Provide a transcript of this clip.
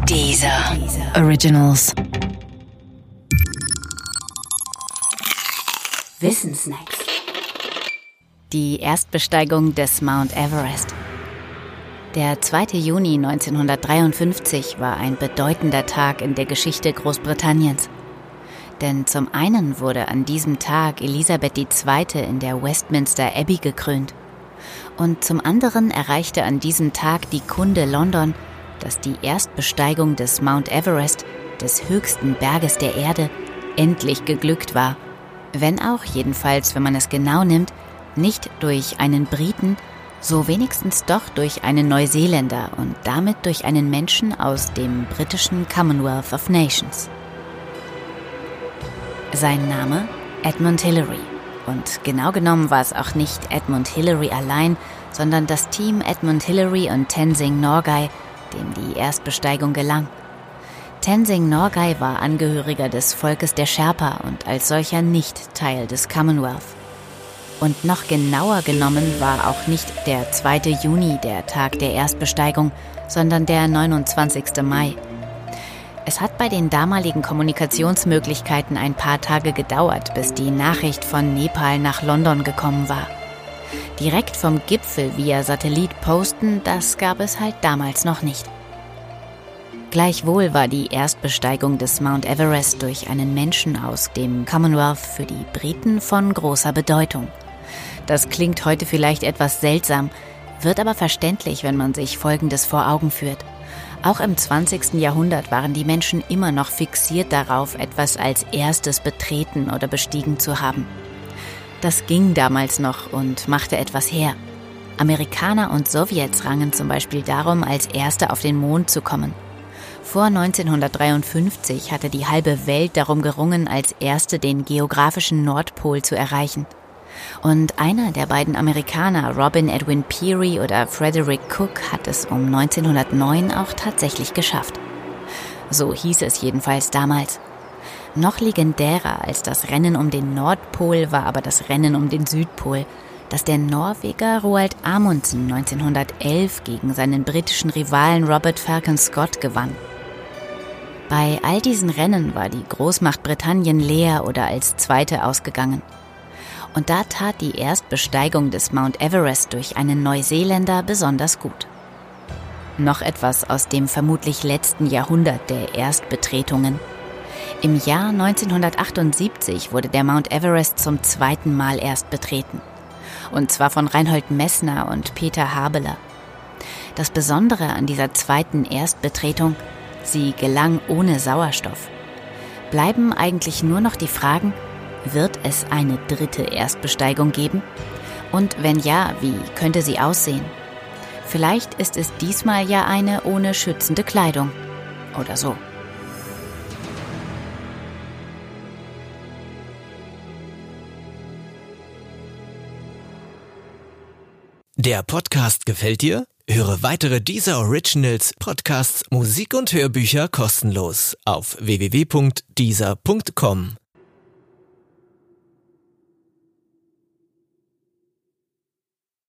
Deezer Originals. Wissensnacks. Die Erstbesteigung des Mount Everest. Der 2. Juni 1953 war ein bedeutender Tag in der Geschichte Großbritanniens. Denn zum einen wurde an diesem Tag Elisabeth II. In der Westminster Abbey gekrönt. Und zum anderen erreichte an diesem Tag die Kunde London, dass die Erstbesteigung des Mount Everest, des höchsten Berges der Erde, endlich geglückt war. Wenn auch, jedenfalls, wenn man es genau nimmt, nicht durch einen Briten, so wenigstens doch durch einen Neuseeländer und damit durch einen Menschen aus dem britischen Commonwealth of Nations. Sein Name? Edmund Hillary. Und genau genommen war es auch nicht Edmund Hillary allein, sondern das Team Edmund Hillary und Tenzing Norgay, dem die Erstbesteigung gelang. Tenzing Norgay war Angehöriger des Volkes der Sherpa und als solcher nicht Teil des Commonwealth. Und noch genauer genommen war auch nicht der 2. Juni der Tag der Erstbesteigung, sondern der 29. Mai. Es hat bei den damaligen Kommunikationsmöglichkeiten ein paar Tage gedauert, bis die Nachricht von Nepal nach London gekommen war. Direkt vom Gipfel via Satellit posten, das gab es halt damals noch nicht. Gleichwohl war die Erstbesteigung des Mount Everest durch einen Menschen aus dem Commonwealth für die Briten von großer Bedeutung. Das klingt heute vielleicht etwas seltsam, wird aber verständlich, wenn man sich Folgendes vor Augen führt. Auch im 20. Jahrhundert waren die Menschen immer noch fixiert darauf, etwas als erstes betreten oder bestiegen zu haben. Das ging damals noch und machte etwas her. Amerikaner und Sowjets rangen zum Beispiel darum, als Erste auf den Mond zu kommen. Vor 1953 hatte die halbe Welt darum gerungen, als Erste den geografischen Nordpol zu erreichen. Und einer der beiden Amerikaner, Robin Edwin Peary oder Frederick Cook, hat es um 1909 auch tatsächlich geschafft. So hieß es jedenfalls damals. Noch legendärer als das Rennen um den Nordpol war aber das Rennen um den Südpol, das der Norweger Roald Amundsen 1911 gegen seinen britischen Rivalen Robert Falcon Scott gewann. Bei all diesen Rennen war die Großmacht Britannien leer oder als Zweite ausgegangen. Und da tat die Erstbesteigung des Mount Everest durch einen Neuseeländer besonders gut. Noch etwas aus dem vermutlich letzten Jahrhundert der Erstbetretungen. Im Jahr 1978 wurde der Mount Everest zum 2. Mal erst betreten. Und zwar von Reinhold Messner und Peter Habeler. Das Besondere an dieser zweiten Erstbetretung: sie gelang ohne Sauerstoff. Bleiben eigentlich nur noch die Fragen: Wird es eine 3. Erstbesteigung geben? Und wenn ja, wie könnte sie aussehen? Vielleicht ist es diesmal ja eine ohne schützende Kleidung. Oder so. Der Podcast gefällt dir? Höre weitere Deezer Originals, Podcasts, Musik und Hörbücher kostenlos auf www.deezer.com.